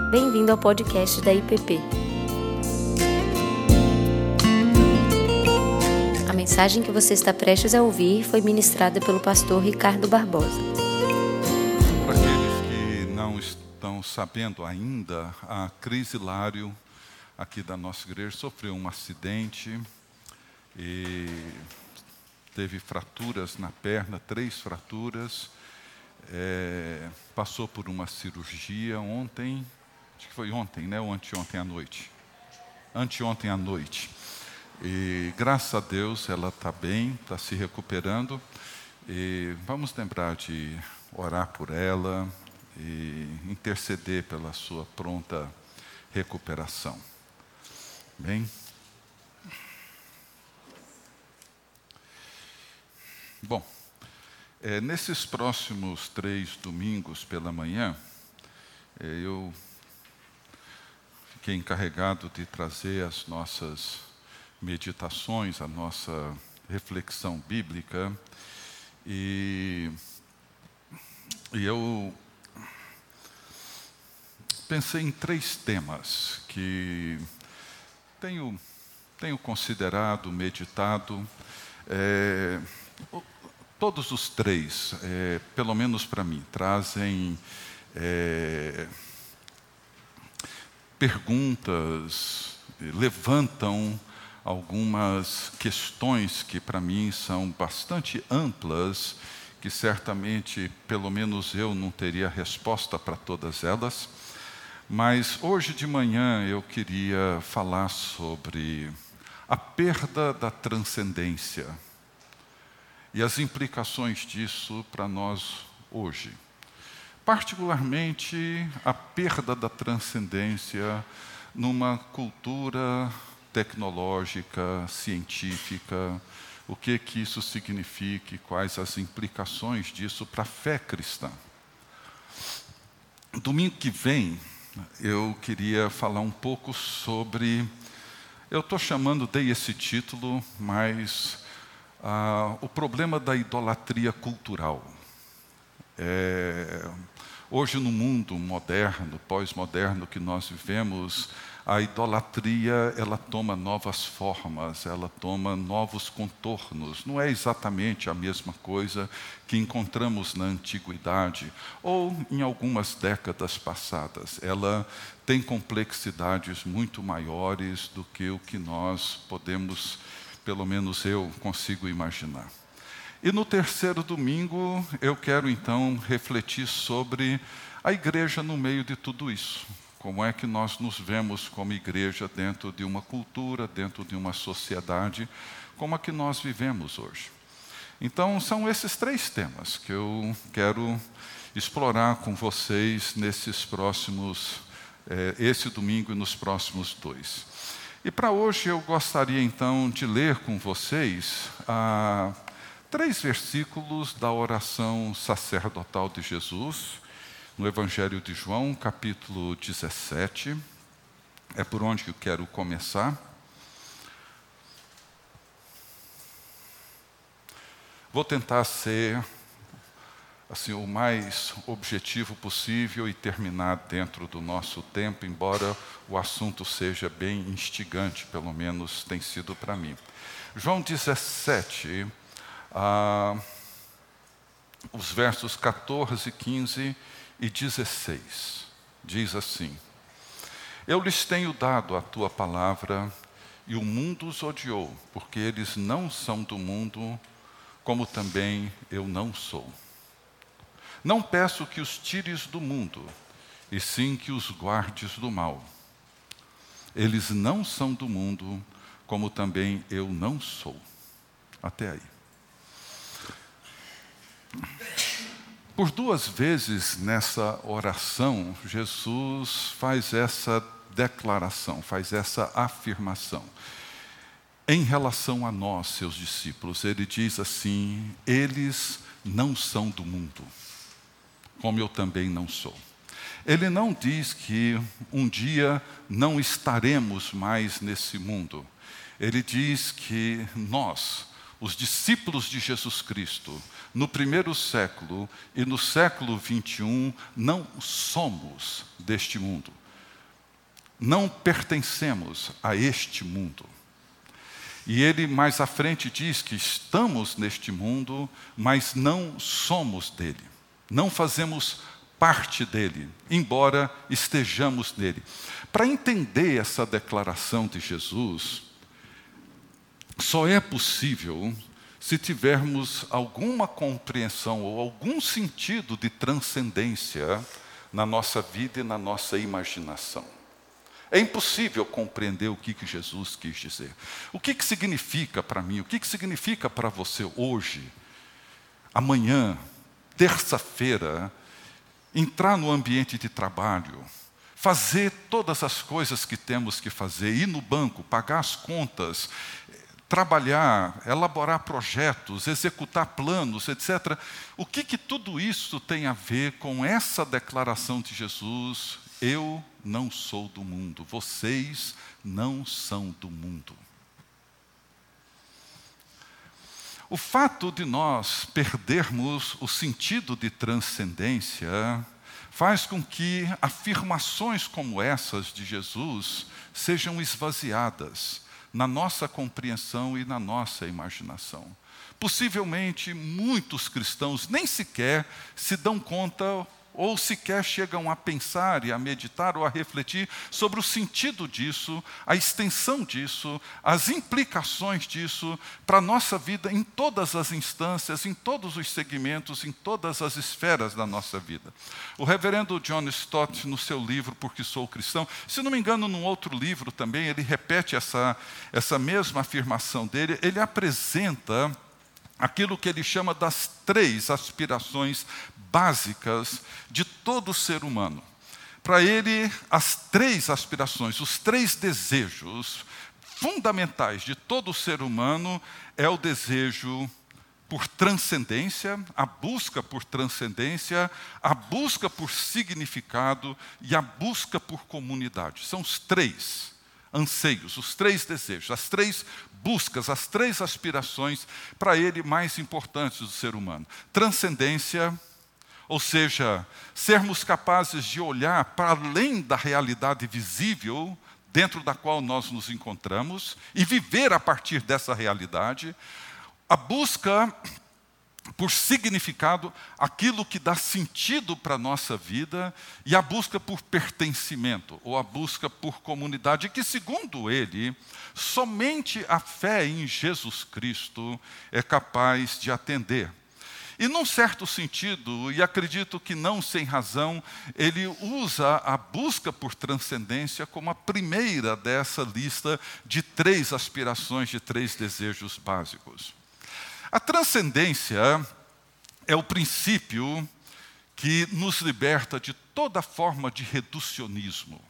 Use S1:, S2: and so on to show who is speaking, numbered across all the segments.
S1: Bem-vindo ao podcast da IPP. A mensagem que você está prestes a ouvir foi ministrada pelo pastor Ricardo Barbosa.
S2: Para aqueles que não estão sabendo ainda, a Cris Hilário, aqui da nossa igreja, sofreu um acidente e teve fraturas na perna, 3 fraturas. Passou por uma cirurgia ontem, acho que foi ontem, né? Ou anteontem à noite. Anteontem à noite. E graças a Deus ela está bem, está se recuperando. E vamos lembrar de orar por ela e interceder pela sua pronta recuperação. Bem? Bom, nesses próximos 3 domingos pela manhã, eu fiquei encarregado de trazer as nossas meditações, a nossa reflexão bíblica, e eu pensei em 3 temas que tenho considerado, meditado. Todos os 3, pelo menos para mim, trazem perguntas, levantam algumas questões que para mim são bastante amplas, que certamente, pelo menos eu, não teria resposta para todas elas. Mas hoje de manhã eu queria falar sobre a perda da transcendência e as implicações disso para nós hoje. Particularmente a perda da transcendência numa cultura tecnológica, científica, o que isso significa e quais as implicações disso para a fé cristã. Domingo que vem, eu queria falar um pouco sobre, dei esse título, mas o problema da idolatria cultural. Hoje no mundo moderno, pós-moderno que nós vivemos, a idolatria ela toma novas formas, ela toma novos contornos. Não é exatamente a mesma coisa que encontramos na antiguidade ou em algumas décadas passadas. Ela tem complexidades muito maiores do que o que nós podemos, pelo menos eu consigo imaginar. E no terceiro domingo eu quero então refletir sobre a igreja no meio de tudo isso. Como é que nós nos vemos como igreja dentro de uma cultura, dentro de uma sociedade, como a que nós vivemos hoje. Então, são esses 3 temas que eu quero explorar com vocês nesses próximos, esse domingo e nos próximos 2. E para hoje eu gostaria então de ler com vocês 3 versículos da oração sacerdotal de Jesus, no Evangelho de João, capítulo 17, é por onde eu quero começar. Vou tentar ser assim, o mais objetivo possível e terminar dentro do nosso tempo, embora o assunto seja bem instigante, pelo menos tem sido para mim. João 17, os versos 14, 15 e 16, diz assim: Eu lhes tenho dado a tua palavra, e o mundo os odiou, porque eles não são do mundo, como também eu não sou. Não peço que os tires do mundo, e sim que os guardes do mal. Eles não são do mundo, como também eu não sou. Até aí. Por 2 vezes nessa oração, Jesus faz essa declaração, faz essa afirmação. Em relação a nós, seus discípulos, ele diz assim: eles não são do mundo, como eu também não sou. Ele não diz que um dia não estaremos mais nesse mundo. Ele diz que nós, os discípulos de Jesus Cristo, no primeiro século e no século 21, não somos deste mundo. não pertencemos a este mundo. E ele mais à frente diz que estamos neste mundo, mas não somos dele. Não fazemos parte dele, embora estejamos nele. Para entender essa declaração de Jesus, só é possível se tivermos alguma compreensão ou algum sentido de transcendência na nossa vida e na nossa imaginação. É impossível compreender o que Jesus quis dizer. O que significa para mim, o que significa para você hoje, amanhã, terça-feira, entrar no ambiente de trabalho, fazer todas as coisas que temos que fazer, ir no banco, pagar as contas, trabalhar, elaborar projetos, executar planos, etc. O que tudo isso tem a ver com essa declaração de Jesus? Eu não sou do mundo, vocês não são do mundo. O fato de nós perdermos o sentido de transcendência faz com que afirmações como essas de Jesus sejam esvaziadas na nossa compreensão e na nossa imaginação. Possivelmente, muitos cristãos nem sequer se dão conta ou sequer chegam a pensar e a meditar ou a refletir sobre o sentido disso, a extensão disso, as implicações disso para a nossa vida em todas as instâncias, em todos os segmentos, em todas as esferas da nossa vida. O reverendo John Stott, no seu livro Porque Sou Cristão, se não me engano, num outro livro também, ele repete essa mesma afirmação dele, ele apresenta aquilo que ele chama das 3 aspirações básicas de todo ser humano. Para ele, as 3 aspirações, os 3 desejos fundamentais de todo ser humano é o desejo por transcendência, a busca por transcendência, a busca por significado e a busca por comunidade. São os 3 anseios, os 3 desejos, as 3 buscas, as 3 aspirações para ele mais importantes do ser humano. Transcendência, ou seja, sermos capazes de olhar para além da realidade visível dentro da qual nós nos encontramos e viver a partir dessa realidade. A busca por significado, aquilo que dá sentido para a nossa vida, e a busca por pertencimento, ou a busca por comunidade, que, segundo ele, somente a fé em Jesus Cristo é capaz de atender. E, num certo sentido, e acredito que não sem razão, ele usa a busca por transcendência como a primeira dessa lista de 3 aspirações, de 3 desejos básicos. A transcendência é o princípio que nos liberta de toda forma de reducionismo.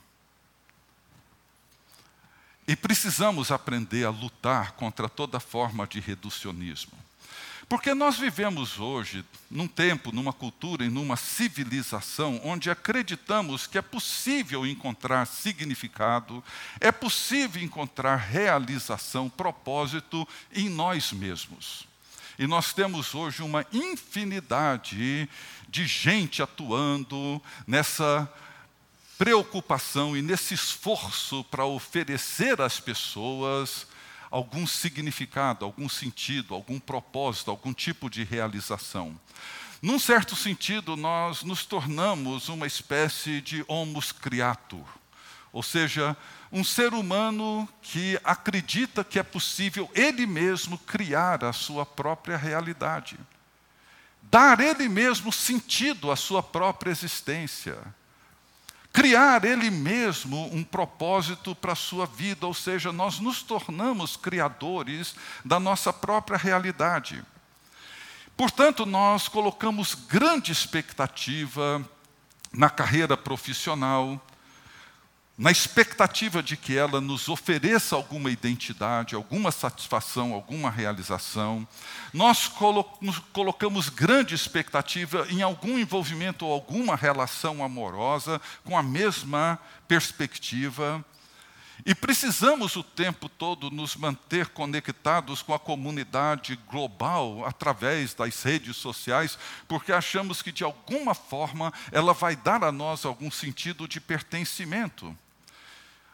S2: E precisamos aprender a lutar contra toda forma de reducionismo. Porque nós vivemos hoje num tempo, numa cultura e numa civilização onde acreditamos que é possível encontrar significado, é possível encontrar realização, propósito em nós mesmos. E nós temos hoje uma infinidade de gente atuando nessa preocupação e nesse esforço para oferecer às pessoas algum significado, algum sentido, algum propósito, algum tipo de realização. Num certo sentido, nós nos tornamos uma espécie de homus creator, ou seja, um ser humano que acredita que é possível ele mesmo criar a sua própria realidade, dar ele mesmo sentido à sua própria existência, criar ele mesmo um propósito para a sua vida, ou seja, nós nos tornamos criadores da nossa própria realidade. Portanto, nós colocamos grande expectativa na carreira profissional, na expectativa de que ela nos ofereça alguma identidade, alguma satisfação, alguma realização. Nós colocamos grande expectativa em algum envolvimento ou alguma relação amorosa com a mesma perspectiva. E precisamos o tempo todo nos manter conectados com a comunidade global através das redes sociais, porque achamos que de alguma forma ela vai dar a nós algum sentido de pertencimento.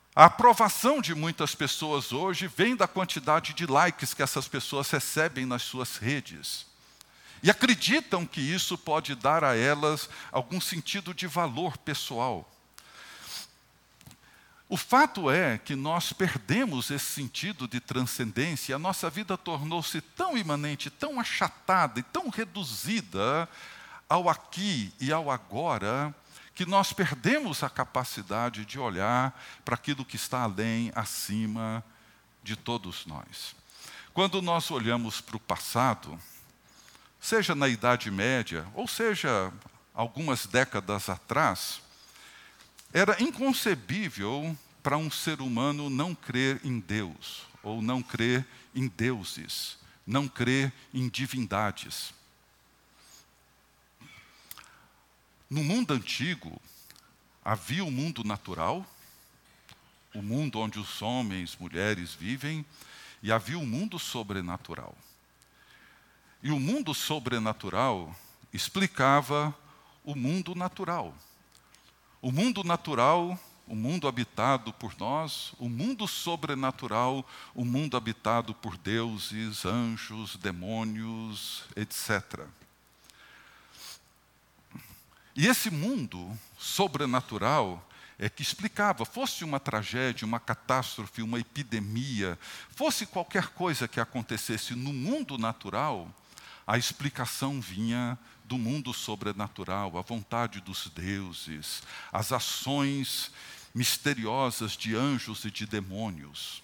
S2: A aprovação de muitas pessoas hoje vem da quantidade de likes que essas pessoas recebem nas suas redes. E acreditam que isso pode dar a elas algum sentido de valor pessoal. O fato é que nós perdemos esse sentido de transcendência, a nossa vida tornou-se tão imanente, tão achatada e tão reduzida ao aqui e ao agora, que nós perdemos a capacidade de olhar para aquilo que está além, acima de todos nós. Quando nós olhamos para o passado, seja na Idade Média, ou seja, algumas décadas atrás, era inconcebível para um ser humano não crer em Deus, ou não crer em deuses, não crer em divindades. No mundo antigo, havia o mundo natural, o mundo onde os homens, mulheres vivem, e havia o mundo sobrenatural. E o mundo sobrenatural explicava o mundo natural. O mundo natural, o mundo habitado por nós, o mundo sobrenatural, o mundo habitado por deuses, anjos, demônios, etc. E esse mundo sobrenatural é que explicava, fosse uma tragédia, uma catástrofe, uma epidemia, fosse qualquer coisa que acontecesse no mundo natural, a explicação vinha do mundo sobrenatural, a vontade dos deuses, as ações misteriosas de anjos e de demônios.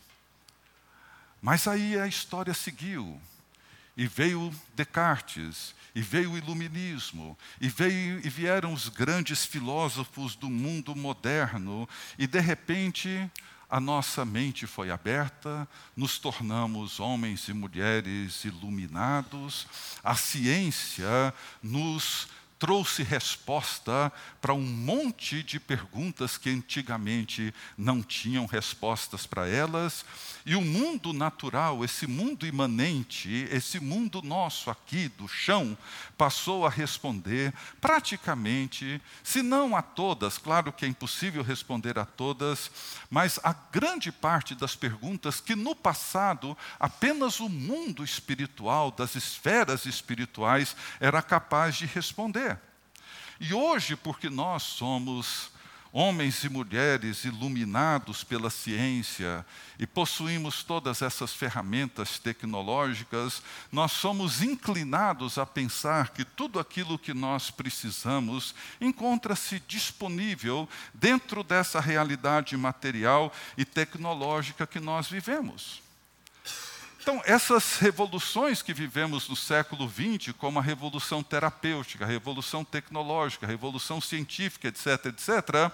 S2: Mas aí a história seguiu, e veio Descartes, e veio o iluminismo, e vieram os grandes filósofos do mundo moderno, e de repente a nossa mente foi aberta, nos tornamos homens e mulheres iluminados, a ciência nos trouxe resposta para um monte de perguntas que antigamente não tinham respostas para elas, e o mundo natural, esse mundo imanente, esse mundo nosso aqui do chão, passou a responder praticamente, se não a todas, claro que é impossível responder a todas, mas a grande parte das perguntas que no passado apenas o mundo espiritual, das esferas espirituais, era capaz de responder. E hoje, porque nós somos homens e mulheres iluminados pela ciência e possuímos todas essas ferramentas tecnológicas, nós somos inclinados a pensar que tudo aquilo que nós precisamos encontra-se disponível dentro dessa realidade material e tecnológica que nós vivemos. Então, essas revoluções que vivemos no século XX, como a revolução terapêutica, a revolução tecnológica, a revolução científica, etc., etc.,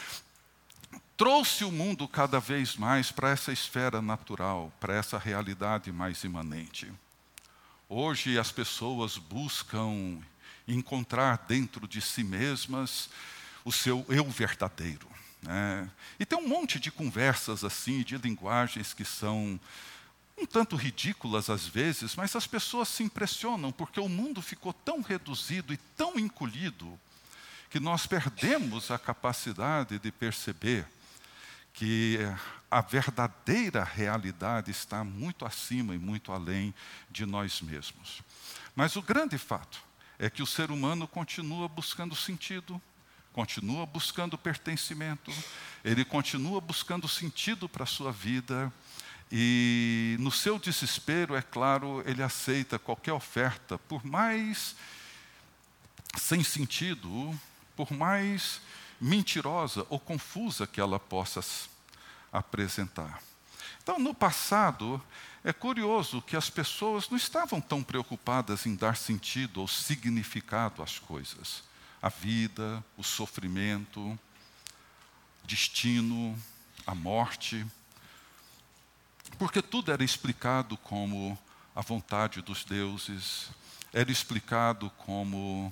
S2: trouxe o mundo cada vez mais para essa esfera natural, para essa realidade mais imanente. Hoje as pessoas buscam encontrar dentro de si mesmas o seu eu verdadeiro, né? E tem um monte de conversas assim, de linguagens que são um tanto ridículas às vezes, mas as pessoas se impressionam porque o mundo ficou tão reduzido e tão encolhido que nós perdemos a capacidade de perceber que a verdadeira realidade está muito acima e muito além de nós mesmos. Mas o grande fato é que o ser humano continua buscando sentido, continua buscando pertencimento, ele continua buscando sentido para a sua vida. E no seu desespero, é claro, ele aceita qualquer oferta, por mais sem sentido, por mais mentirosa ou confusa que ela possa apresentar. Então, no passado, é curioso que as pessoas não estavam tão preocupadas em dar sentido ou significado às coisas. A vida, o sofrimento, destino, a morte, porque tudo era explicado como a vontade dos deuses, era explicado como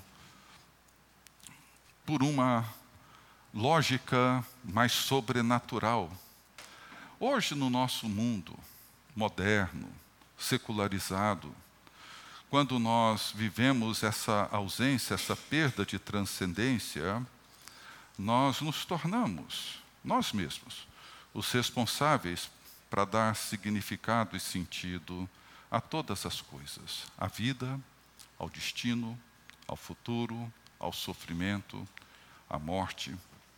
S2: por uma lógica mais sobrenatural. Hoje, no nosso mundo moderno, secularizado, quando nós vivemos essa ausência, essa perda de transcendência, nós nos tornamos, nós mesmos, os responsáveis para dar significado e sentido a todas as coisas, à vida, ao destino, ao futuro, ao sofrimento, à morte.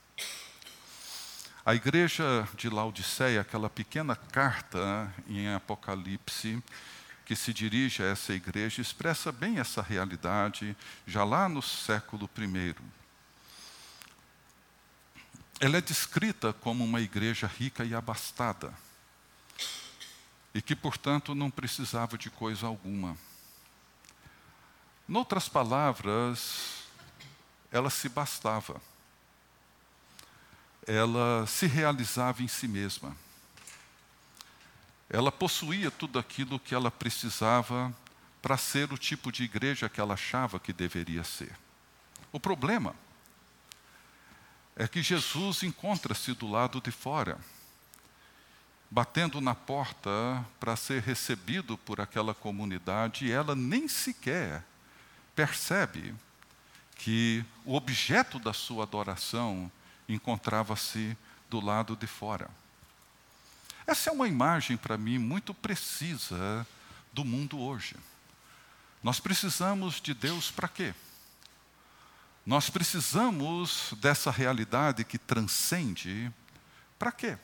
S2: A igreja de Laodiceia, aquela pequena carta em Apocalipse, que se dirige a essa igreja, expressa bem essa realidade, já lá no século I. Ela é descrita como uma igreja rica e abastada, e que, portanto, não precisava de coisa alguma. Noutras palavras, ela se bastava. Ela se realizava em si mesma. Ela possuía tudo aquilo que ela precisava para ser o tipo de igreja que ela achava que deveria ser. O problema é que Jesus encontra-se do lado de fora, batendo na porta para ser recebido por aquela comunidade, e ela nem sequer percebe que o objeto da sua adoração encontrava-se do lado de fora. Essa é uma imagem, para mim, muito precisa do mundo hoje. Nós precisamos de Deus para quê? Nós precisamos dessa realidade que transcende para quê?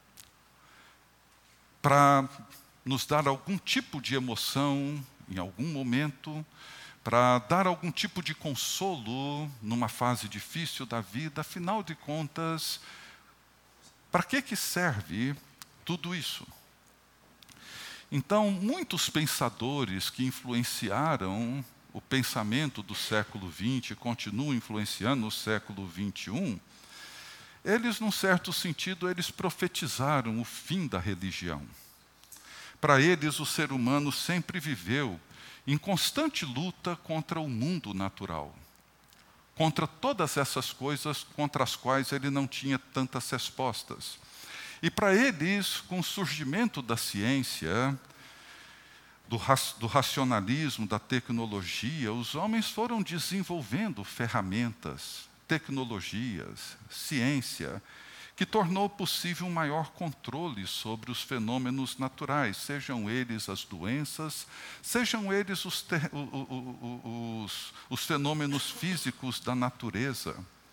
S2: Para nos dar algum tipo de emoção em algum momento, para dar algum tipo de consolo numa fase difícil da vida. Afinal de contas, para que serve tudo isso? Então, muitos pensadores que influenciaram o pensamento do século XX, continuam influenciando o século XXI, eles, num certo sentido, eles profetizaram o fim da religião. Para eles, o ser humano sempre viveu em constante luta contra o mundo natural, contra todas essas coisas contra as quais ele não tinha tantas respostas. E para eles, com o surgimento da ciência, do racionalismo, da tecnologia, os homens foram desenvolvendo ferramentas, tecnologias, ciência, que tornou possível um maior controle sobre os fenômenos naturais, sejam eles as doenças, sejam eles os fenômenos físicos da natureza.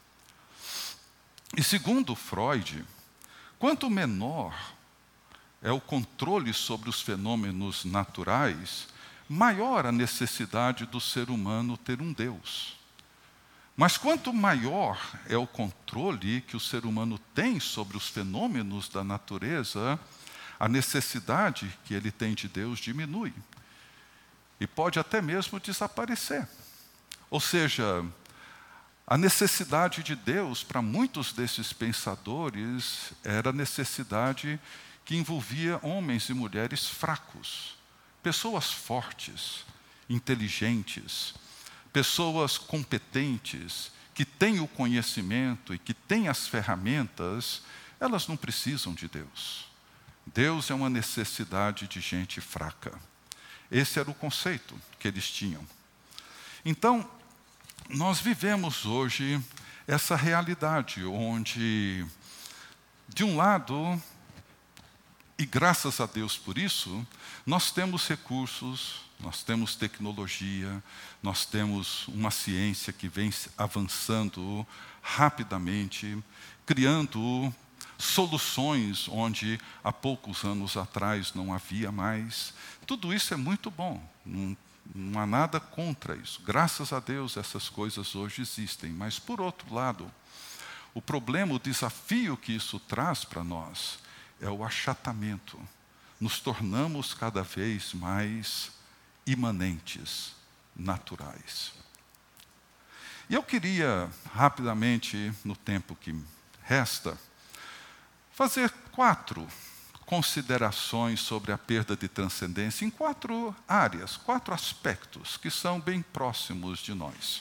S2: E segundo Freud, quanto menor é o controle sobre os fenômenos naturais, maior a necessidade do ser humano ter um Deus. Mas quanto maior é o controle que o ser humano tem sobre os fenômenos da natureza, a necessidade que ele tem de Deus diminui. E pode até mesmo desaparecer. Ou seja, a necessidade de Deus, para muitos desses pensadores, era a necessidade que envolvia homens e mulheres fracos, pessoas fortes, inteligentes, pessoas competentes, que têm o conhecimento e que têm as ferramentas, elas não precisam de Deus. Deus é uma necessidade de gente fraca. Esse era o conceito que eles tinham. Então, nós vivemos hoje essa realidade onde, de um lado, e graças a Deus por isso, nós temos recursos, nós temos tecnologia, nós temos uma ciência que vem avançando rapidamente, criando soluções onde há poucos anos atrás não havia mais. Tudo isso é muito bom, não há nada contra isso. Graças a Deus essas coisas hoje existem. Mas, por outro lado, o problema, o desafio que isso traz para nós é o achatamento. Nos tornamos cada vez mais imanentes, naturais. E eu queria, rapidamente, no tempo que resta, fazer 4 considerações sobre a perda de transcendência em 4 áreas, 4 aspectos que são bem próximos de nós.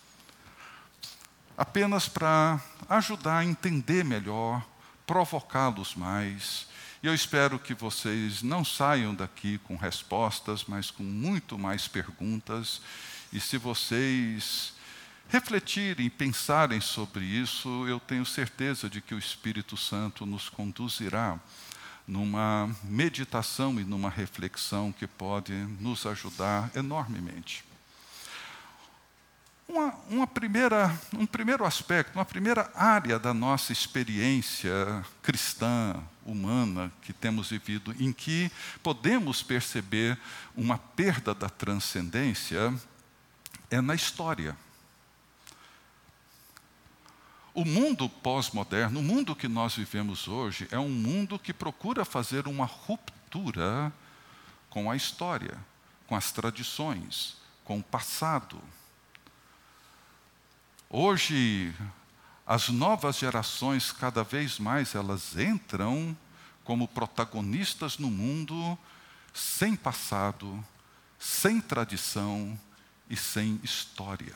S2: Apenas para ajudar a entender melhor, provocá-los mais. E eu espero que vocês não saiam daqui com respostas, mas com muito mais perguntas. E se vocês refletirem e pensarem sobre isso, eu tenho certeza de que o Espírito Santo nos conduzirá numa meditação e numa reflexão que pode nos ajudar enormemente. Um primeiro aspecto, uma primeira área da nossa experiência cristã, humana, que temos vivido, em que podemos perceber uma perda da transcendência, é na história. O mundo pós-moderno, o mundo que nós vivemos hoje, é um mundo que procura fazer uma ruptura com a história, com as tradições, com o passado. Hoje, as novas gerações, cada vez mais, elas entram como protagonistas no mundo sem passado, sem tradição e sem história.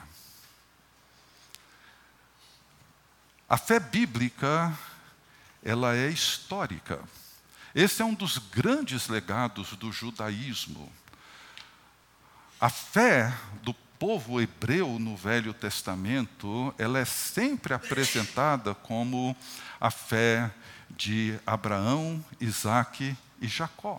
S2: A fé bíblica, ela é histórica. Esse é um dos grandes legados do judaísmo. A fé do povo hebreu no Velho Testamento, ela é sempre apresentada como a fé de Abraão, Isaque e Jacó.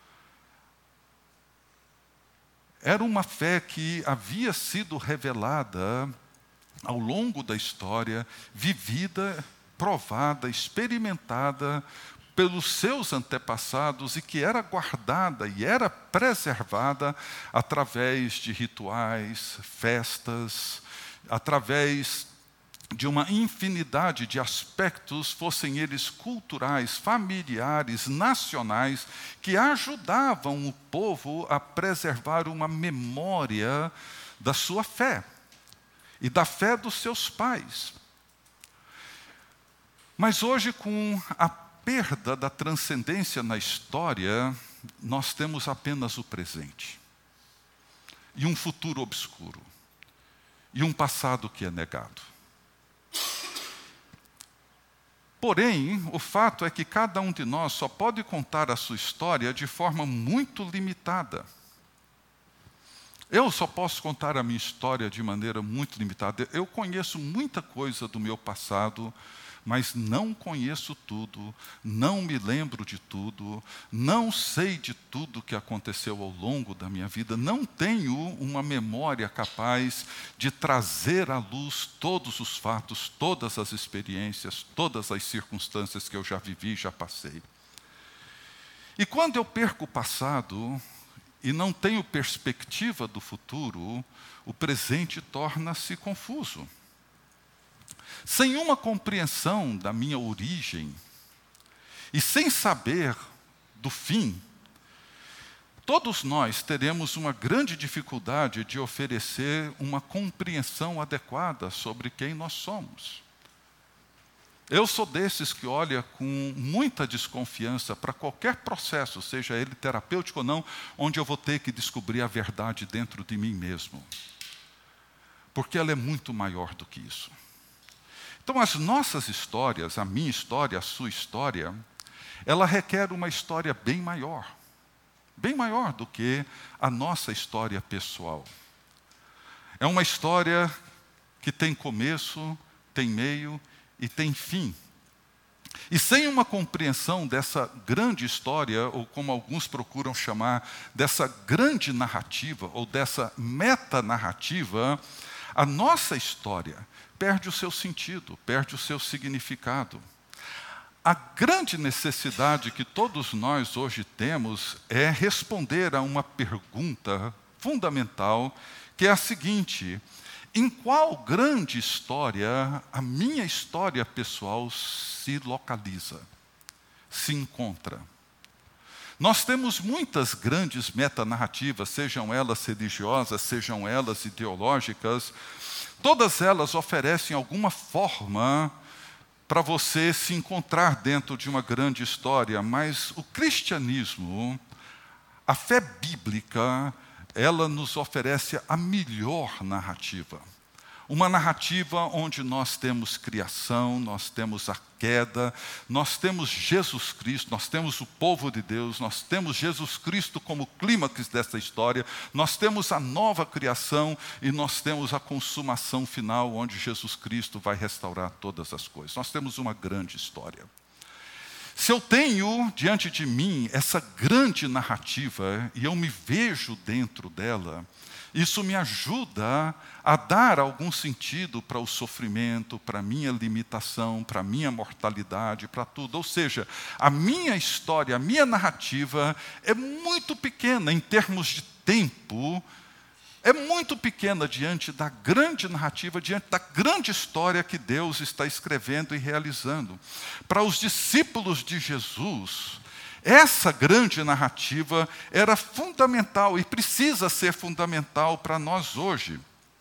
S2: Era uma fé que havia sido revelada ao longo da história, vivida, provada, experimentada pelos seus antepassados e que era guardada e era preservada através de rituais, festas, através de uma infinidade de aspectos, fossem eles culturais, familiares, nacionais, que ajudavam o povo a preservar uma memória da sua fé e da fé dos seus pais. Mas hoje, com a perda da transcendência na história, nós temos apenas o presente. E um futuro obscuro. E um passado que é negado. Porém, o fato é que cada um de nós só pode contar a sua história de forma muito limitada. Eu só posso contar a minha história de maneira muito limitada. Eu conheço muita coisa do meu passado, mas não conheço tudo, não me lembro de tudo, não sei de tudo que aconteceu ao longo da minha vida, não tenho uma memória capaz de trazer à luz todos os fatos, todas as experiências, todas as circunstâncias que eu já vivi, já passei. E quando eu perco o passado e não tenho perspectiva do futuro, o presente torna-se confuso. Sem uma compreensão da minha origem e sem saber do fim, todos nós teremos uma grande dificuldade de oferecer uma compreensão adequada sobre quem nós somos. Eu sou desses que olha com muita desconfiança para qualquer processo, seja ele terapêutico ou não, onde eu vou ter que descobrir a verdade dentro de mim mesmo. Porque ela é muito maior do que isso. Então, as nossas histórias, a minha história, a sua história, ela requer uma história bem maior do que a nossa história pessoal. É uma história que tem começo, tem meio e tem fim. E sem uma compreensão dessa grande história, ou como alguns procuram chamar, dessa grande narrativa, ou dessa metanarrativa, a nossa história perde o seu sentido, perde o seu significado. A grande necessidade que todos nós hoje temos é responder a uma pergunta fundamental, que é a seguinte: em qual grande história a minha história pessoal se localiza, se encontra? Nós temos muitas grandes metanarrativas, sejam elas religiosas, sejam elas ideológicas. Todas elas oferecem alguma forma para você se encontrar dentro de uma grande história, mas o cristianismo, a fé bíblica, ela nos oferece a melhor narrativa. Uma narrativa onde nós temos criação, nós temos a queda, nós temos Jesus Cristo, nós temos o povo de Deus, nós temos Jesus Cristo como clímax dessa história, nós temos a nova criação e nós temos a consumação final, onde Jesus Cristo vai restaurar todas as coisas. Nós temos uma grande história. Se eu tenho diante de mim essa grande narrativa e eu me vejo dentro dela, isso me ajuda a dar algum sentido para o sofrimento, para a minha limitação, para a minha mortalidade, para tudo. Ou seja, a minha história, a minha narrativa é muito pequena em termos de tempo, é muito pequena diante da grande narrativa, diante da grande história que Deus está escrevendo e realizando. Para os discípulos de Jesus, essa grande narrativa era fundamental e precisa ser fundamental para nós hoje.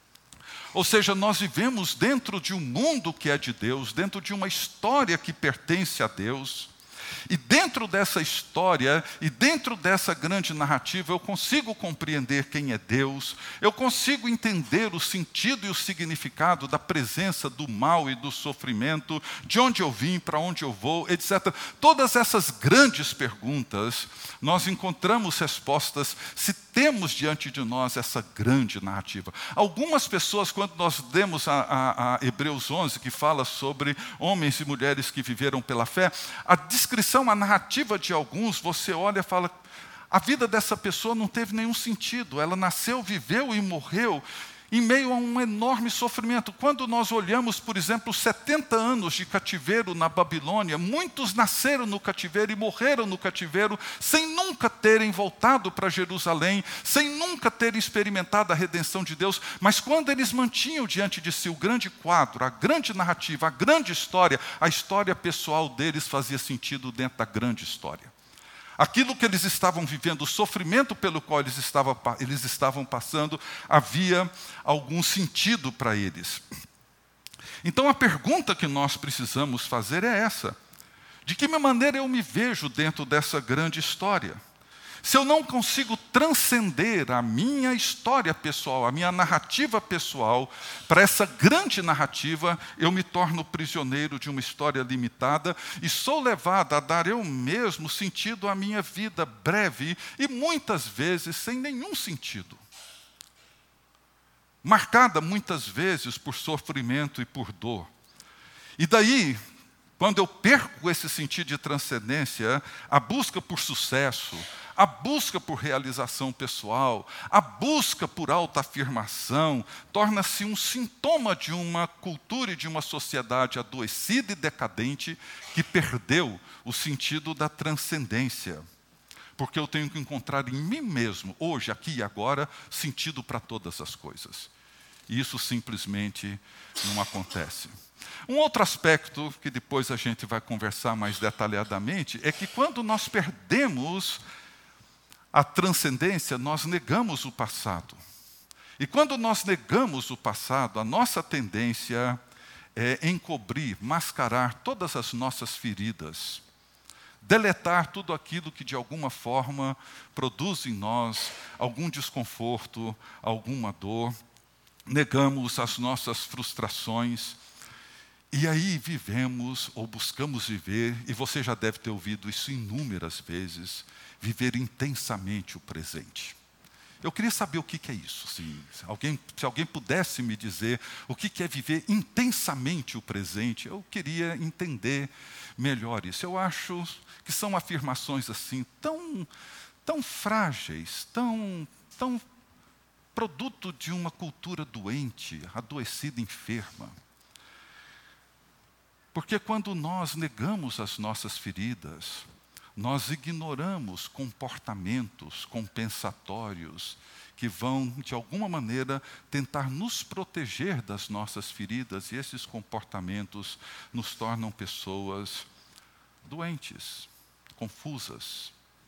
S2: Ou seja, nós vivemos dentro de um mundo que é de Deus, dentro de uma história que pertence a Deus. E dentro dessa história, e dentro dessa grande narrativa, eu consigo compreender quem é Deus, eu consigo entender o sentido e o significado da presença do mal e do sofrimento, de onde eu vim, para onde eu vou, etc. Todas essas grandes perguntas, nós encontramos respostas se temos diante de nós essa grande narrativa. Algumas pessoas, quando nós lemos a Hebreus 11, que fala sobre homens e mulheres que viveram pela fé, a descrição, a narrativa de alguns, você olha e fala, a vida dessa pessoa não teve nenhum sentido, ela nasceu, viveu e morreu em meio a um enorme sofrimento. Quando nós olhamos, por exemplo, 70 anos de cativeiro na Babilônia, muitos nasceram no cativeiro e morreram no cativeiro sem nunca terem voltado para Jerusalém, sem nunca terem experimentado a redenção de Deus, mas quando eles mantinham diante de si o grande quadro, a grande narrativa, a grande história, a história pessoal deles fazia sentido dentro da grande história. Aquilo que eles estavam vivendo, o sofrimento pelo qual eles estavam passando, havia algum sentido para eles. Então a pergunta que nós precisamos fazer é essa: de que maneira eu me vejo dentro dessa grande história? Se eu não consigo transcender a minha história pessoal, a minha narrativa pessoal, para essa grande narrativa, eu me torno prisioneiro de uma história limitada e sou levado a dar eu mesmo sentido à minha vida breve e muitas vezes sem nenhum sentido. Marcada muitas vezes por sofrimento e por dor. E daí, quando eu perco esse sentido de transcendência, a busca por sucesso, a busca por realização pessoal, a busca por autoafirmação, torna-se um sintoma de uma cultura e de uma sociedade adoecida e decadente que perdeu o sentido da transcendência. Porque eu tenho que encontrar em mim mesmo, hoje, aqui e agora, sentido para todas as coisas. E isso simplesmente não acontece. Um outro aspecto, que depois a gente vai conversar mais detalhadamente, é que quando nós perdemos a transcendência, nós negamos o passado. E quando nós negamos o passado, a nossa tendência é encobrir, mascarar todas as nossas feridas, deletar tudo aquilo que de alguma forma produz em nós algum desconforto, alguma dor, negamos as nossas frustrações, e aí vivemos, ou buscamos viver, e você já deve ter ouvido isso inúmeras vezes, viver intensamente o presente. Eu queria saber o que é isso. Se alguém pudesse me dizer o que é viver intensamente o presente, eu queria entender melhor isso. Eu acho que são afirmações assim, tão frágeis, tão produto de uma cultura doente, adoecida, enferma. Porque quando nós negamos as nossas feridas, nós ignoramos comportamentos compensatórios que vão, de alguma maneira, tentar nos proteger das nossas feridas, e esses comportamentos nos tornam pessoas doentes, confusas.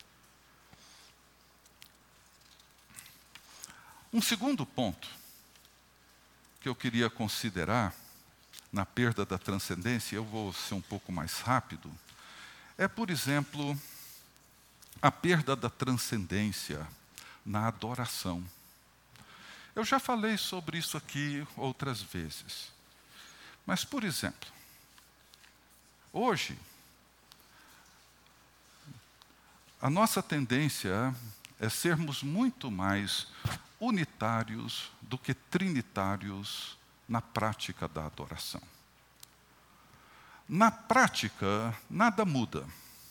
S2: Um segundo ponto que eu queria considerar na perda da transcendência, eu vou ser um pouco mais rápido, é, por exemplo, a perda da transcendência na adoração. Eu já falei sobre isso aqui outras vezes. Mas, por exemplo, hoje, a nossa tendência é sermos muito mais unitários do que trinitários na prática da adoração. Na prática, nada muda.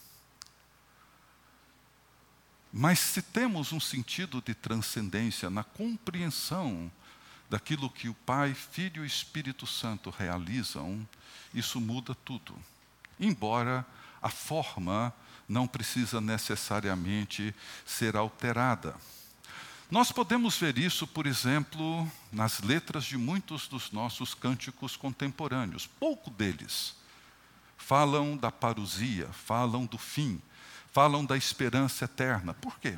S2: Mas se temos um sentido de transcendência na compreensão daquilo que o Pai, Filho e Espírito Santo realizam, isso muda tudo. Embora a forma não precisa necessariamente ser alterada. Nós podemos ver isso, por exemplo, nas letras de muitos dos nossos cânticos contemporâneos. Pouco deles falam da parousia, falam do fim, falam da esperança eterna. Por quê?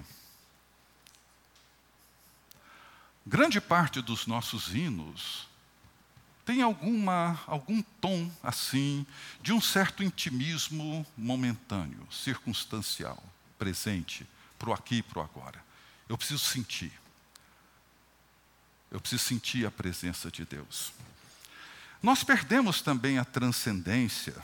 S2: Grande parte dos nossos hinos tem algum tom, assim, de um certo intimismo momentâneo, circunstancial, presente, pro aqui e pro agora. Eu preciso sentir. Eu preciso sentir a presença de Deus. Nós perdemos também a transcendência,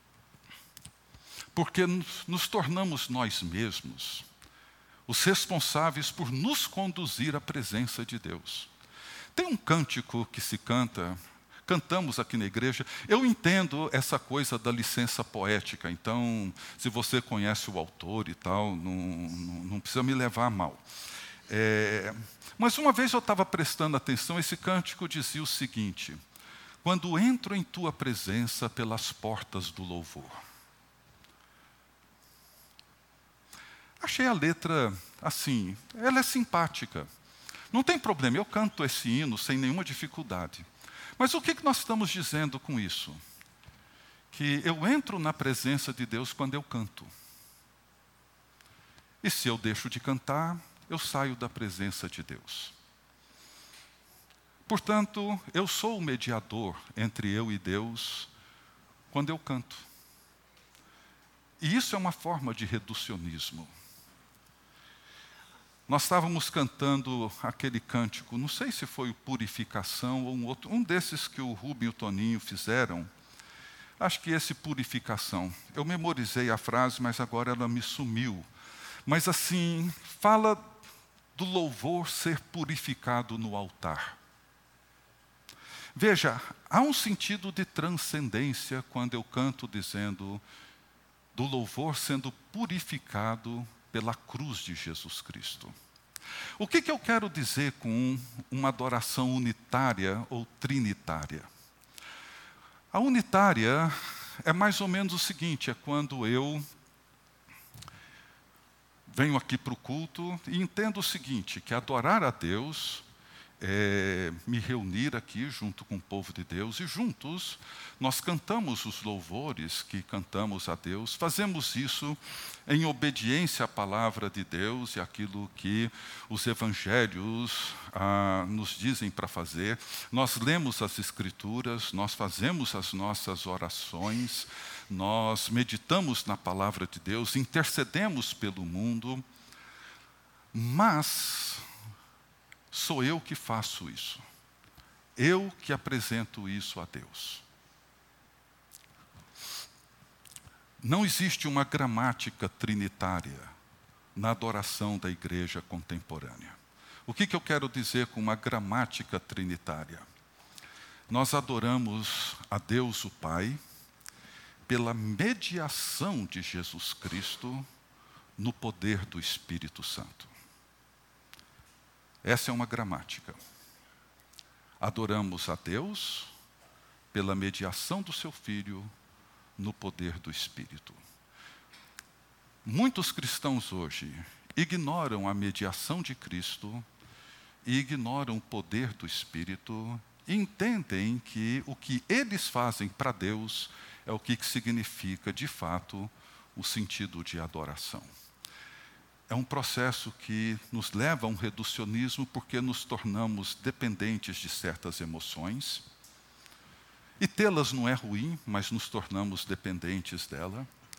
S2: porque nos tornamos nós mesmos os responsáveis por nos conduzir à presença de Deus. Tem um cântico que se cantamos aqui na igreja. Eu entendo essa coisa da licença poética, então, se você conhece o autor e tal, não precisa me levar a mal. Mas uma vez eu estava prestando atenção, esse cântico dizia o seguinte: quando entro em tua presença pelas portas do louvor. Achei a letra assim, ela é simpática. Não tem problema, eu canto esse hino sem nenhuma dificuldade. Mas o que nós estamos dizendo com isso? Que eu entro na presença de Deus quando eu canto. E se eu deixo de cantar, eu saio da presença de Deus. Portanto, eu sou o mediador entre eu e Deus quando eu canto. E isso é uma forma de reducionismo. Nós estávamos cantando aquele cântico, não sei se foi o Purificação ou um desses que o Rubem e o Toninho fizeram. Acho que esse Purificação. Eu memorizei a frase, mas agora ela me sumiu. Mas assim, fala do louvor ser purificado no altar. Veja, há um sentido de transcendência quando eu canto dizendo do louvor sendo purificado pela cruz de Jesus Cristo. O que eu quero dizer com uma adoração unitária ou trinitária? A unitária é mais ou menos o seguinte, é quando eu venho aqui para o culto e entendo o seguinte, que adorar a Deus é me reunir aqui junto com o povo de Deus e juntos nós cantamos os louvores que cantamos a Deus, fazemos isso em obediência à palavra de Deus e aquilo que os evangelhos nos dizem para fazer. Nós lemos as Escrituras, nós fazemos as nossas orações, nós meditamos na palavra de Deus, intercedemos pelo mundo, mas sou eu que faço isso. Eu que apresento isso a Deus. Não existe uma gramática trinitária na adoração da igreja contemporânea. O que eu quero dizer com uma gramática trinitária? Nós adoramos a Deus o Pai pela mediação de Jesus Cristo no poder do Espírito Santo. Essa é uma gramática. Adoramos a Deus pela mediação do seu Filho no poder do Espírito. Muitos cristãos hoje ignoram a mediação de Cristo e ignoram o poder do Espírito e entendem que o que eles fazem para Deus é o que significa, de fato, o sentido de adoração. É um processo que nos leva a um reducionismo porque nos tornamos dependentes de certas emoções. E tê-las não é ruim, mas nos tornamos dependentes dela.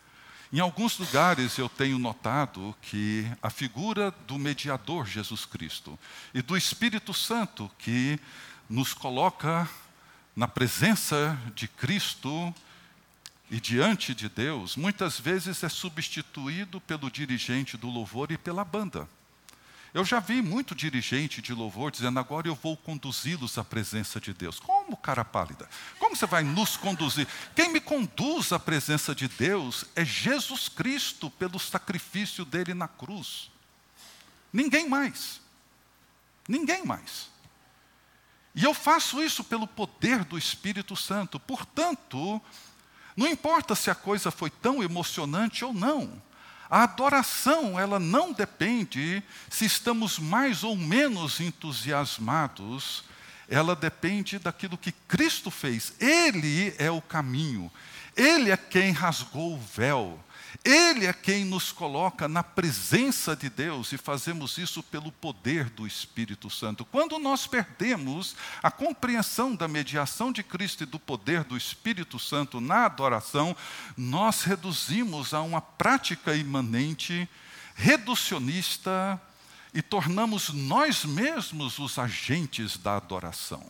S2: Em alguns lugares eu tenho notado que a figura do mediador Jesus Cristo e do Espírito Santo que nos coloca na presença de Cristo e diante de Deus, muitas vezes é substituído pelo dirigente do louvor e pela banda. Eu já vi muito dirigente de louvor dizendo, agora eu vou conduzi-los à presença de Deus. Como, cara pálida? Como você vai nos conduzir? Quem me conduz à presença de Deus é Jesus Cristo, pelo sacrifício dele na cruz. Ninguém mais. Ninguém mais. E eu faço isso pelo poder do Espírito Santo. Portanto, não importa se a coisa foi tão emocionante ou não. A adoração, ela não depende se estamos mais ou menos entusiasmados, ela depende daquilo que Cristo fez. Ele é o caminho, Ele é quem rasgou o véu, Ele é quem nos coloca na presença de Deus e fazemos isso pelo poder do Espírito Santo. Quando nós perdemos a compreensão da mediação de Cristo e do poder do Espírito Santo na adoração, nós reduzimos a uma prática imanente, reducionista e tornamos nós mesmos os agentes da adoração.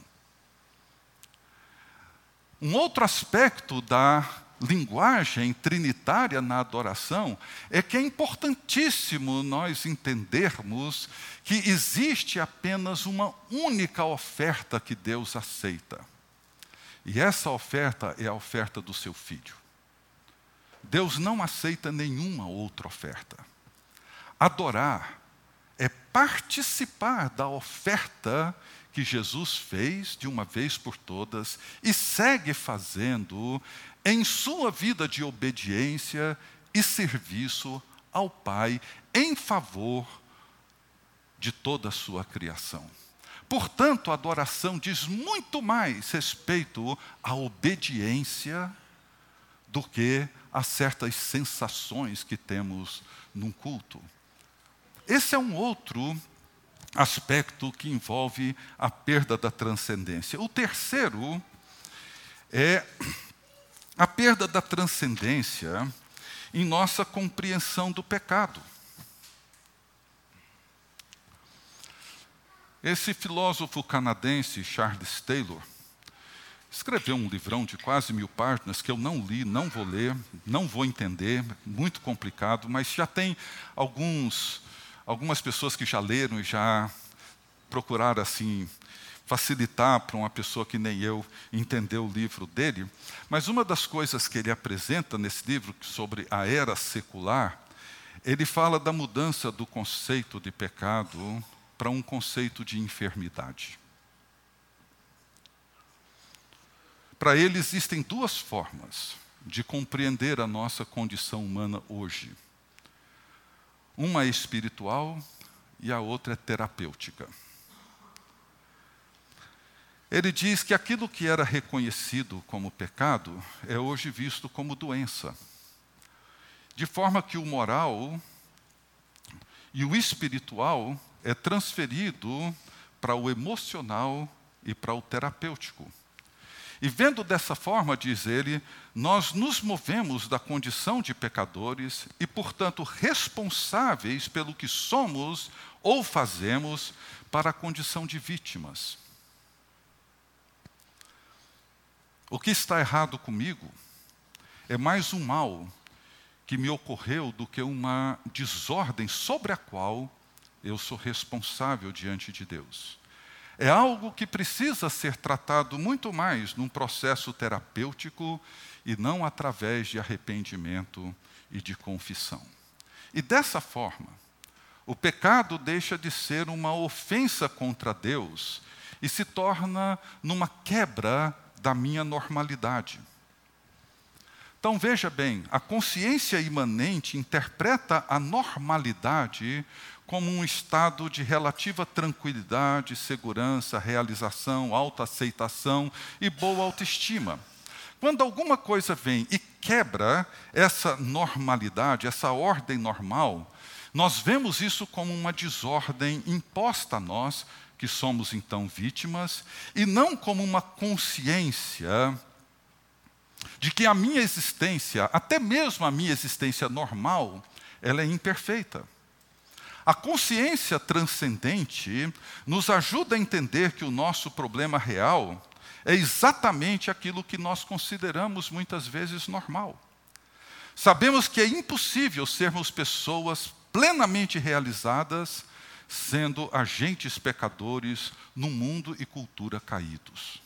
S2: Um outro aspecto da linguagem trinitária na adoração é que é importantíssimo nós entendermos que existe apenas uma única oferta que Deus aceita. E essa oferta é a oferta do seu Filho. Deus não aceita nenhuma outra oferta. Adorar é participar da oferta que Jesus fez de uma vez por todas e segue fazendo em sua vida de obediência e serviço ao Pai em favor de toda a sua criação. Portanto, a adoração diz muito mais respeito à obediência do que a certas sensações que temos num culto. Esse é um outro aspecto que envolve a perda da transcendência. O terceiro é a perda da transcendência em nossa compreensão do pecado. Esse filósofo canadense, Charles Taylor, escreveu um livrão de quase 1000 páginas que eu não li, não vou ler, não vou entender, muito complicado, mas já tem algumas pessoas que já leram e já procuraram assim facilitar para uma pessoa que nem eu entender o livro dele. Mas uma das coisas que ele apresenta nesse livro sobre a era secular, ele fala da mudança do conceito de pecado para um conceito de enfermidade. Para ele existem duas formas de compreender a nossa condição humana hoje. Uma é espiritual e a outra é terapêutica. Ele diz que aquilo que era reconhecido como pecado é hoje visto como doença. De forma que o moral e o espiritual é transferido para o emocional e para o terapêutico. E vendo dessa forma, diz ele, nós nos movemos da condição de pecadores e, portanto, responsáveis pelo que somos ou fazemos para a condição de vítimas. O que está errado comigo é mais um mal que me ocorreu do que uma desordem sobre a qual eu sou responsável diante de Deus. É algo que precisa ser tratado muito mais num processo terapêutico e não através de arrependimento e de confissão. E dessa forma, o pecado deixa de ser uma ofensa contra Deus e se torna numa quebra da minha normalidade. Então veja bem, a consciência imanente interpreta a normalidade como um estado de relativa tranquilidade, segurança, realização, autoaceitação e boa autoestima. Quando alguma coisa vem e quebra essa normalidade, essa ordem normal, nós vemos isso como uma desordem imposta a nós, que somos então vítimas, e não como uma consciência de que a minha existência, até mesmo a minha existência normal, ela é imperfeita. A consciência transcendente nos ajuda a entender que o nosso problema real é exatamente aquilo que nós consideramos muitas vezes normal. Sabemos que é impossível sermos pessoas plenamente realizadas sendo agentes pecadores no mundo e cultura caídos.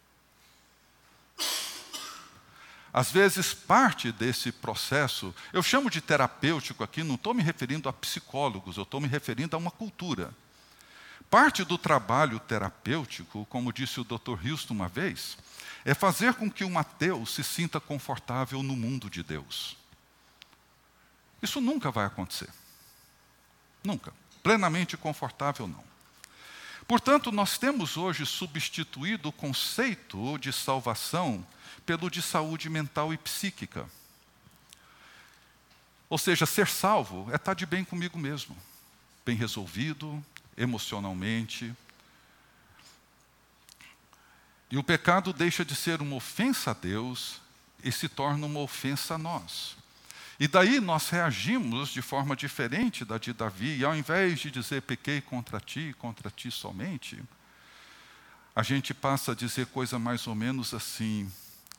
S2: Às vezes, parte desse processo, eu chamo de terapêutico aqui, não estou me referindo a psicólogos, eu estou me referindo a uma cultura. Parte do trabalho terapêutico, como disse o Dr. Houston uma vez, é fazer com que um ateu se sinta confortável no mundo de Deus. Isso nunca vai acontecer. Nunca. Plenamente confortável, não. Portanto, nós temos hoje substituído o conceito de salvação pelo de saúde mental e psíquica. Ou seja, ser salvo é estar de bem comigo mesmo, bem resolvido, emocionalmente. E o pecado deixa de ser uma ofensa a Deus e se torna uma ofensa a nós. E daí nós reagimos de forma diferente da de Davi, e ao invés de dizer pequei contra ti somente, a gente passa a dizer coisa mais ou menos assim: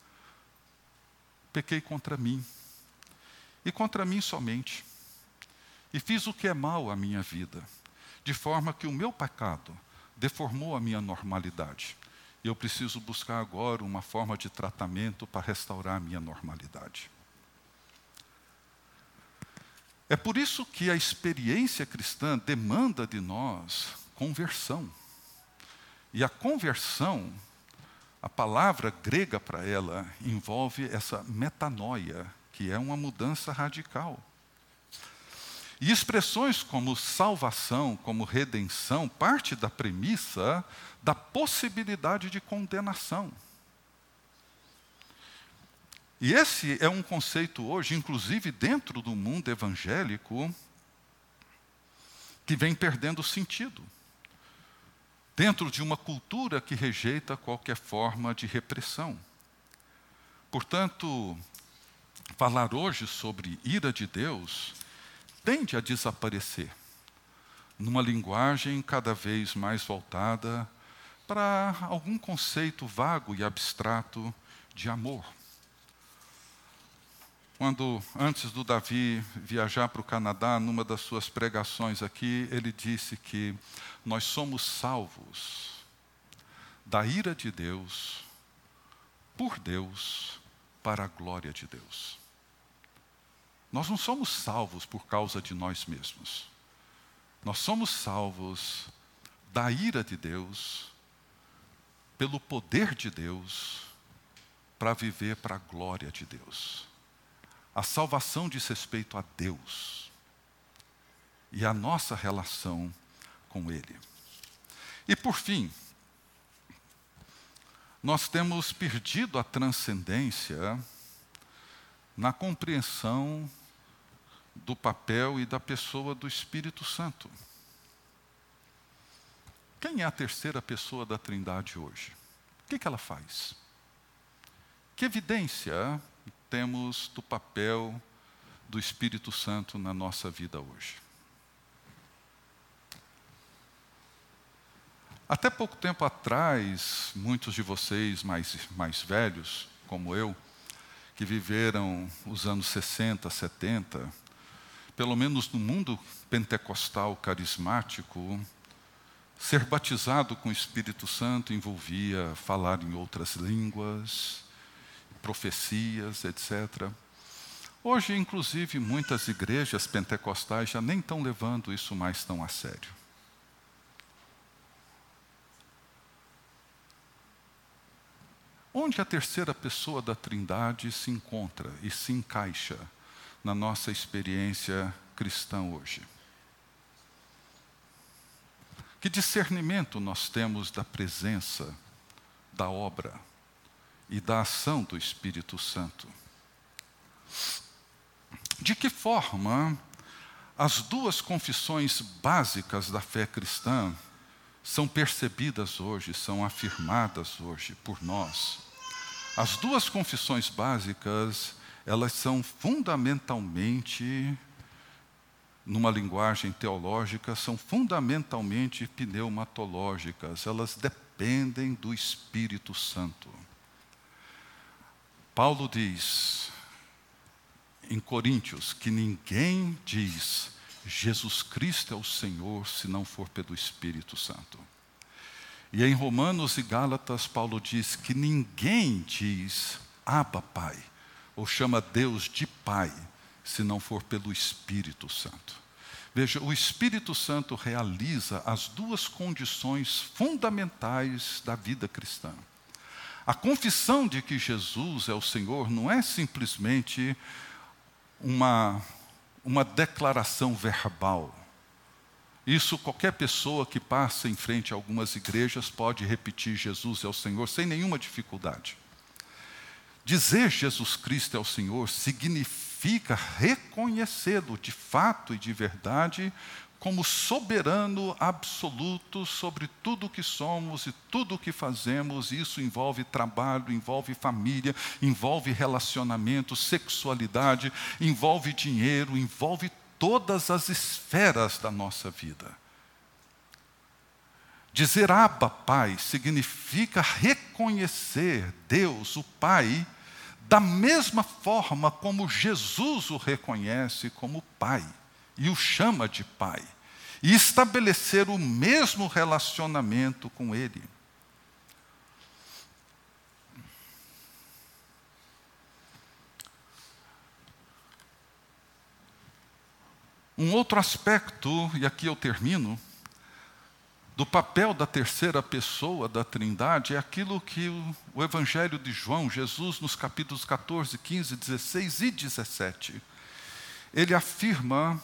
S2: pequei contra mim, e contra mim somente, e fiz o que é mal à minha vida, de forma que o meu pecado deformou a minha normalidade. E eu preciso buscar agora uma forma de tratamento para restaurar a minha normalidade. É por isso que a experiência cristã demanda de nós conversão. E a conversão, a palavra grega para ela, envolve essa metanoia, que é uma mudança radical. E expressões como salvação, como redenção, parte da premissa da possibilidade de condenação. E esse é um conceito hoje, inclusive dentro do mundo evangélico, que vem perdendo sentido. Dentro de uma cultura que rejeita qualquer forma de repressão. Portanto, falar hoje sobre ira de Deus tende a desaparecer numa linguagem cada vez mais voltada para algum conceito vago e abstrato de amor. Quando, antes do Davi viajar para o Canadá, numa das suas pregações aqui, ele disse que nós somos salvos da ira de Deus, por Deus, para a glória de Deus. Nós não somos salvos por causa de nós mesmos. Nós somos salvos da ira de Deus, pelo poder de Deus, para viver para a glória de Deus. A salvação diz respeito a Deus e a nossa relação com Ele. E por fim, nós temos perdido a transcendência na compreensão do papel e da pessoa do Espírito Santo. Quem é a terceira pessoa da Trindade hoje? O que ela faz? Que evidência temos do papel do Espírito Santo na nossa vida hoje? Até pouco tempo atrás, muitos de vocês mais velhos, como eu, que viveram os anos 60, 70, pelo menos no mundo pentecostal carismático, ser batizado com o Espírito Santo envolvia falar em outras línguas, profecias, etc. Hoje, inclusive, muitas igrejas pentecostais já nem estão levando isso mais tão a sério. Onde a terceira pessoa da Trindade se encontra e se encaixa na nossa experiência cristã hoje? Que discernimento nós temos da presença, da obra e da ação do Espírito Santo? De que forma as duas confissões básicas da fé cristã são percebidas hoje, são afirmadas hoje por nós, As duas confissões básicas, elas são fundamentalmente, numa linguagem teológica, são fundamentalmente pneumatológicas. Elas dependem do Espírito Santo. Paulo diz em Coríntios que ninguém diz Jesus Cristo é o Senhor se não for pelo Espírito Santo. E em Romanos e Gálatas, Paulo diz que ninguém diz Abba, Pai, ou chama Deus de Pai, se não for pelo Espírito Santo. Veja, o Espírito Santo realiza as duas condições fundamentais da vida cristã. A confissão de que Jesus é o Senhor não é simplesmente uma declaração verbal. Isso qualquer pessoa que passa em frente a algumas igrejas pode repetir Jesus é o Senhor sem nenhuma dificuldade. Dizer Jesus Cristo é o Senhor significa reconhecê-lo de fato e de verdade como soberano absoluto sobre tudo o que somos e tudo o que fazemos. Isso envolve trabalho, envolve família, envolve relacionamento, sexualidade, envolve dinheiro, envolve todas as esferas da nossa vida. Dizer Abba, Pai, significa reconhecer Deus, o Pai, da mesma forma como Jesus o reconhece como Pai e o chama de Pai, e estabelecer o mesmo relacionamento com Ele. Um outro aspecto, e aqui eu termino, do papel da terceira pessoa da Trindade é aquilo que o Evangelho de João, Jesus, nos capítulos 14, 15, 16 e 17, ele afirma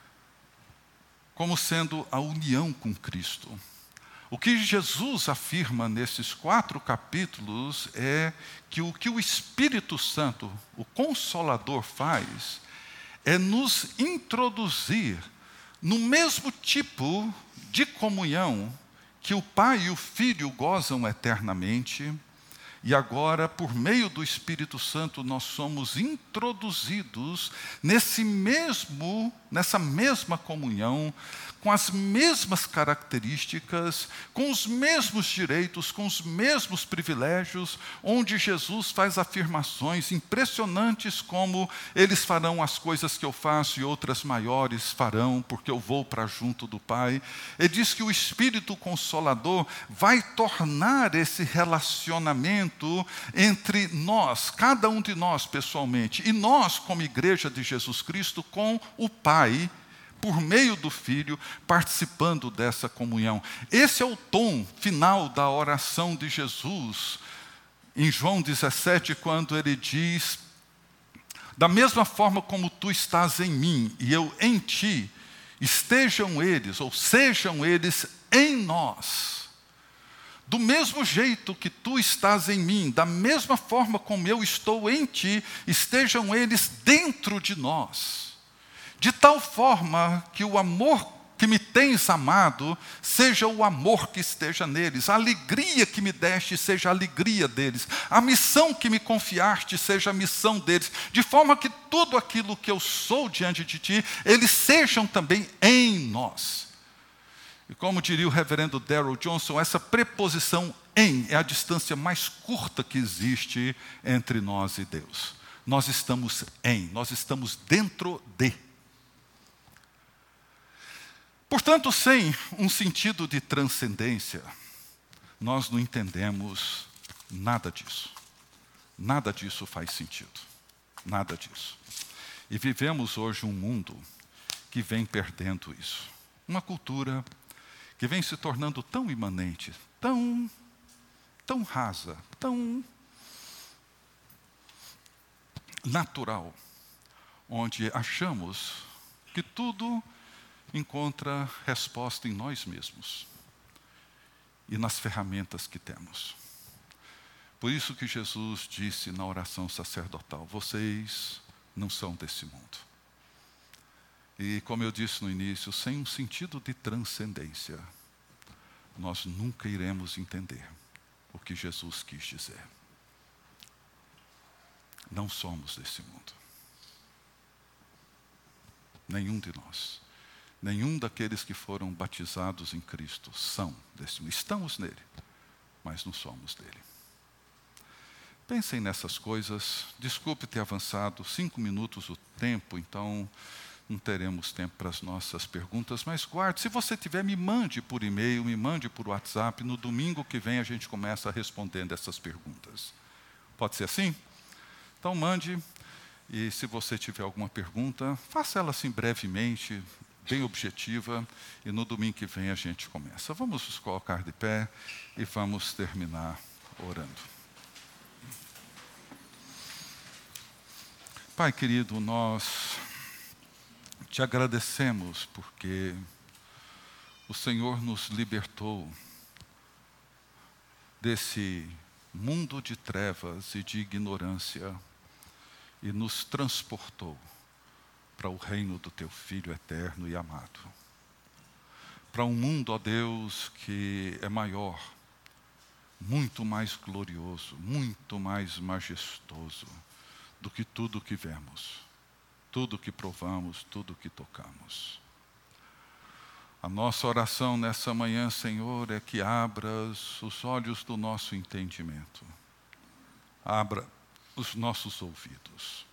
S2: como sendo a união com Cristo. O que Jesus afirma nesses 4 capítulos é que o que o Espírito Santo, o Consolador, faz é nos introduzir no mesmo tipo de comunhão que o Pai e o Filho gozam eternamente, e agora, por meio do Espírito Santo, nós somos introduzidos nessa mesma comunhão, com as mesmas características, com os mesmos direitos, com os mesmos privilégios, onde Jesus faz afirmações impressionantes como eles farão as coisas que eu faço e outras maiores farão, porque eu vou para junto do Pai. Ele diz que o Espírito Consolador vai tornar esse relacionamento entre nós, cada um de nós pessoalmente, e nós como Igreja de Jesus Cristo, com o Pai, por meio do Filho, participando dessa comunhão. Esse é o tom final da oração de Jesus, em João 17, quando ele diz: da mesma forma como tu estás em mim e eu em ti, estejam eles, ou sejam eles em nós. Do mesmo jeito que tu estás em mim, da mesma forma como eu estou em ti, estejam eles dentro de nós. De tal forma que o amor que me tens amado seja o amor que esteja neles, a alegria que me deste seja a alegria deles, a missão que me confiaste seja a missão deles, de forma que tudo aquilo que eu sou diante de ti, eles sejam também em nós. E como diria o reverendo Darrell Johnson, essa preposição em é a distância mais curta que existe entre nós e Deus. Nós estamos em, nós estamos dentro de. Portanto, sem um sentido de transcendência, nós não entendemos nada disso. Nada disso faz sentido. Nada disso. E vivemos hoje um mundo que vem perdendo isso. Uma cultura que vem se tornando tão imanente, tão rasa, tão natural, onde achamos que tudo encontra resposta em nós mesmos e nas ferramentas que temos. Por isso que Jesus disse na oração sacerdotal: vocês não são desse mundo. E como eu disse no início, sem um sentido de transcendência, nós nunca iremos entender o que Jesus quis dizer. Não somos desse mundo. Nenhum de nós. Nenhum daqueles que foram batizados em Cristo são desse mundo. Estamos nele, mas não somos dele. Pensem nessas coisas. Desculpe ter avançado 5 minutos o tempo, então não teremos tempo para as nossas perguntas, mas guarde. Se você tiver, me mande por e-mail, me mande por WhatsApp. No domingo que vem a gente começa respondendo essas perguntas. Pode ser assim? Então mande, e se você tiver alguma pergunta, faça ela assim brevemente, bem objetiva, e no domingo que vem a gente começa. Vamos nos colocar de pé e vamos terminar orando. Pai querido, nós te agradecemos porque o Senhor nos libertou desse mundo de trevas e de ignorância e nos transportou para o reino do Teu Filho eterno e amado. Para um mundo, ó Deus, que é maior, muito mais glorioso, muito mais majestoso do que tudo que vemos, tudo que provamos, tudo que tocamos. A nossa oração nessa manhã, Senhor, é que abras os olhos do nosso entendimento, abra os nossos ouvidos,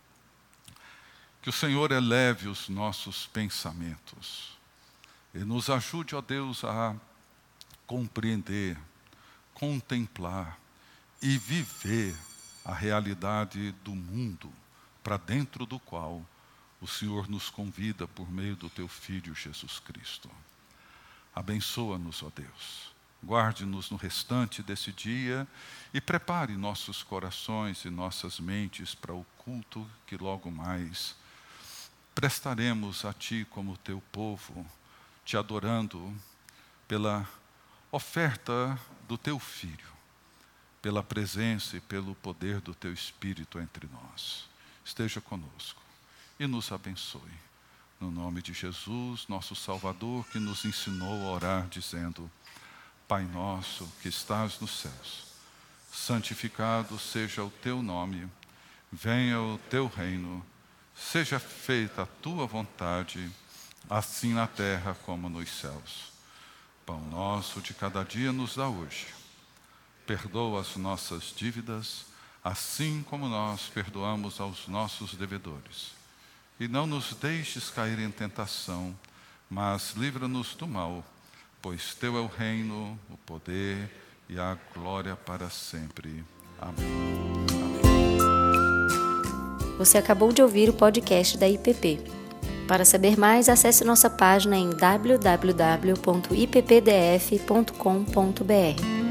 S2: que o Senhor eleve os nossos pensamentos e nos ajude, ó Deus, a compreender, contemplar e viver a realidade do mundo para dentro do qual o Senhor nos convida por meio do Teu Filho Jesus Cristo. Abençoa-nos, ó Deus. Guarde-nos no restante desse dia e prepare nossos corações e nossas mentes para o culto que logo mais prestaremos a Ti como Teu povo, Te adorando pela oferta do Teu Filho, pela presença e pelo poder do Teu Espírito entre nós. Esteja conosco e nos abençoe. No nome de Jesus, nosso Salvador, que nos ensinou a orar dizendo: Pai nosso que estás nos céus, santificado seja o Teu nome, venha o Teu reino, seja feita a Tua vontade, assim na terra como nos céus. Pão nosso de cada dia nos dá hoje. Perdoa as nossas dívidas, assim como nós perdoamos aos nossos devedores. E não nos deixes cair em tentação, mas livra-nos do mal, pois Teu é o reino, o poder e a glória para sempre. Amém.
S1: Você acabou de ouvir o podcast da IPP. Para saber mais, acesse nossa página em www.ippdf.com.br.